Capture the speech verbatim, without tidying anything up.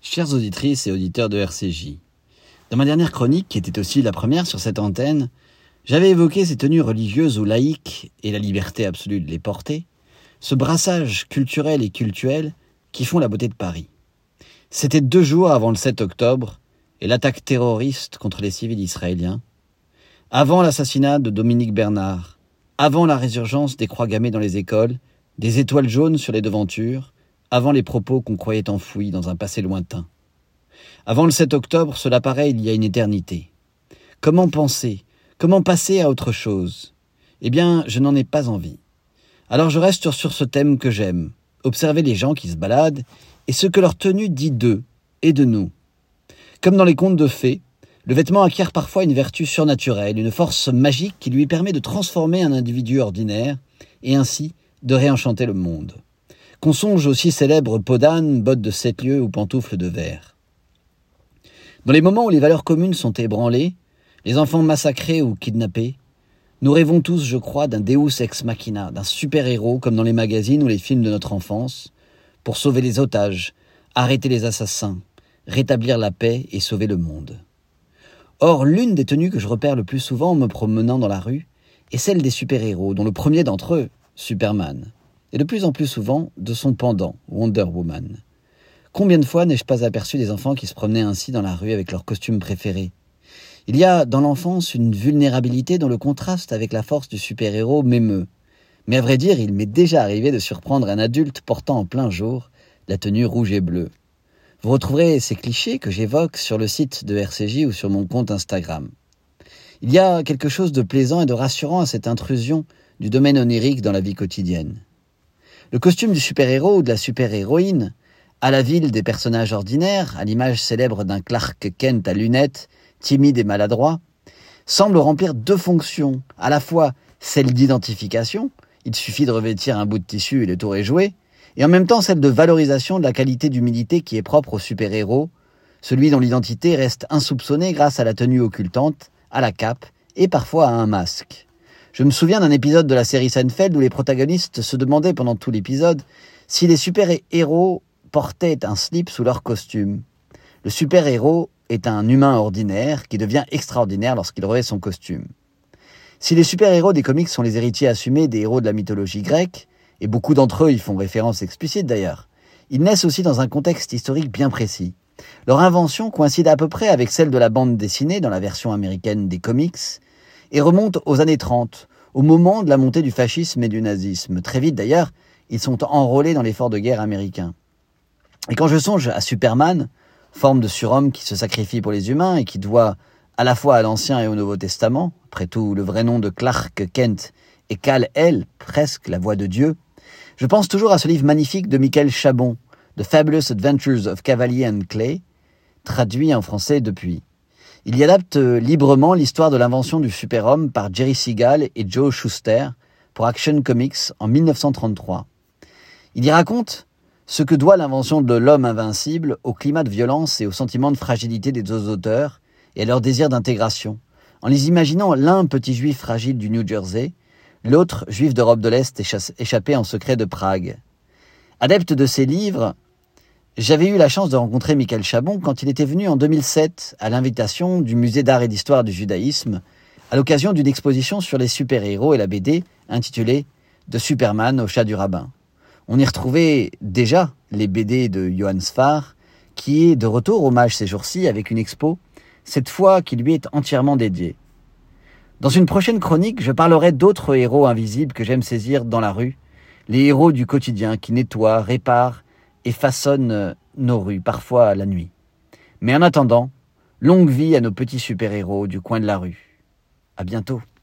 Chères auditrices et auditeurs de R C J, dans ma dernière chronique, qui était aussi la première sur cette antenne, j'avais évoqué ces tenues religieuses ou laïques et la liberté absolue de les porter, ce brassage culturel et cultuel qui font la beauté de Paris. C'était deux jours avant le sept octobre et l'attaque terroriste contre les civils israéliens, avant l'assassinat de Dominique Bernard, avant la résurgence des croix gammées dans les écoles, des étoiles jaunes sur les devantures, avant les propos qu'on croyait enfouis dans un passé lointain. Avant le sept octobre, cela paraît il y a une éternité. Comment penser? Comment passer à autre chose? Eh bien, je n'en ai pas envie. Alors je reste sur ce thème que j'aime, observer les gens qui se baladent et ce que leur tenue dit d'eux et de nous. Comme dans les contes de fées, le vêtement acquiert parfois une vertu surnaturelle, une force magique qui lui permet de transformer un individu ordinaire et ainsi de réenchanter le monde. Qu'on songe aussi célèbres peaux d'âne, bottes de sept lieues ou pantoufles de verre. Dans les moments où les valeurs communes sont ébranlées, les enfants massacrés ou kidnappés, nous rêvons tous, je crois, d'un Deus ex machina, d'un super-héros comme dans les magazines ou les films de notre enfance, pour sauver les otages, arrêter les assassins, rétablir la paix et sauver le monde. Or, l'une des tenues que je repère le plus souvent en me promenant dans la rue est celle des super-héros, dont le premier d'entre eux, Superman, et de plus en plus souvent de son pendant, Wonder Woman. Combien de fois n'ai-je pas aperçu des enfants qui se promenaient ainsi dans la rue avec leurs costumes préférés? Il y a dans l'enfance une vulnérabilité dont le contraste avec la force du super-héros m'émeut. Mais à vrai dire, il m'est déjà arrivé de surprendre un adulte portant en plein jour la tenue rouge et bleue. Vous retrouverez ces clichés que j'évoque sur le site de R C J ou sur mon compte Instagram. Il y a quelque chose de plaisant et de rassurant à cette intrusion du domaine onirique dans la vie quotidienne. Le costume du super-héros ou de la super-héroïne, à la ville des personnages ordinaires, à l'image célèbre d'un Clark Kent à lunettes, timide et maladroit, semble remplir deux fonctions, à la fois celle d'identification, il suffit de revêtir un bout de tissu et le tour est joué, et en même temps celle de valorisation de la qualité d'humilité qui est propre au super-héros, celui dont l'identité reste insoupçonnée grâce à la tenue occultante, à la cape et parfois à un masque. Je me souviens d'un épisode de la série Seinfeld où les protagonistes se demandaient pendant tout l'épisode si les super-héros portaient un slip sous leur costume. Le super-héros est un humain ordinaire qui devient extraordinaire lorsqu'il revêt son costume. Si les super-héros des comics sont les héritiers assumés des héros de la mythologie grecque, et beaucoup d'entre eux y font référence explicite d'ailleurs, ils naissent aussi dans un contexte historique bien précis. Leur invention coïncide à peu près avec celle de la bande dessinée dans la version américaine des comics, et remonte aux années trente, au moment de la montée du fascisme et du nazisme. Très vite d'ailleurs, ils sont enrôlés dans l'effort de guerre américain. Et quand je songe à Superman, forme de surhomme qui se sacrifie pour les humains et qui doit à la fois à l'Ancien et au Nouveau Testament, après tout le vrai nom de Clark Kent est Kal-El, presque la voix de Dieu, je pense toujours à ce livre magnifique de Michael Chabon, The Fabulous Adventures of Cavalier and Clay, traduit en français depuis. Il y adapte librement l'histoire de l'invention du super-homme par Jerry Siegel et Joe Shuster pour Action Comics en mille neuf cent trente-trois. Il y raconte ce que doit l'invention de l'homme invincible au climat de violence et au sentiment de fragilité des deux auteurs et à leur désir d'intégration, en les imaginant l'un petit juif fragile du New Jersey, l'autre juif d'Europe de l'Est échappé en secret de Prague. Adepte de ces livres, j'avais eu la chance de rencontrer Michael Chabon quand il était venu en deux mille sept à l'invitation du Musée d'art et d'histoire du judaïsme à l'occasion d'une exposition sur les super-héros et la B D intitulée « De Superman au chat du rabbin ». On y retrouvait déjà les B D de Johann Sfar, qui est de retour hommage ces jours-ci avec une expo, cette fois qui lui est entièrement dédiée. Dans une prochaine chronique, je parlerai d'autres héros invisibles que j'aime saisir dans la rue, les héros du quotidien qui nettoient, réparent et façonnent nos rues, parfois la nuit. Mais en attendant, longue vie à nos petits super-héros du coin de la rue. À bientôt.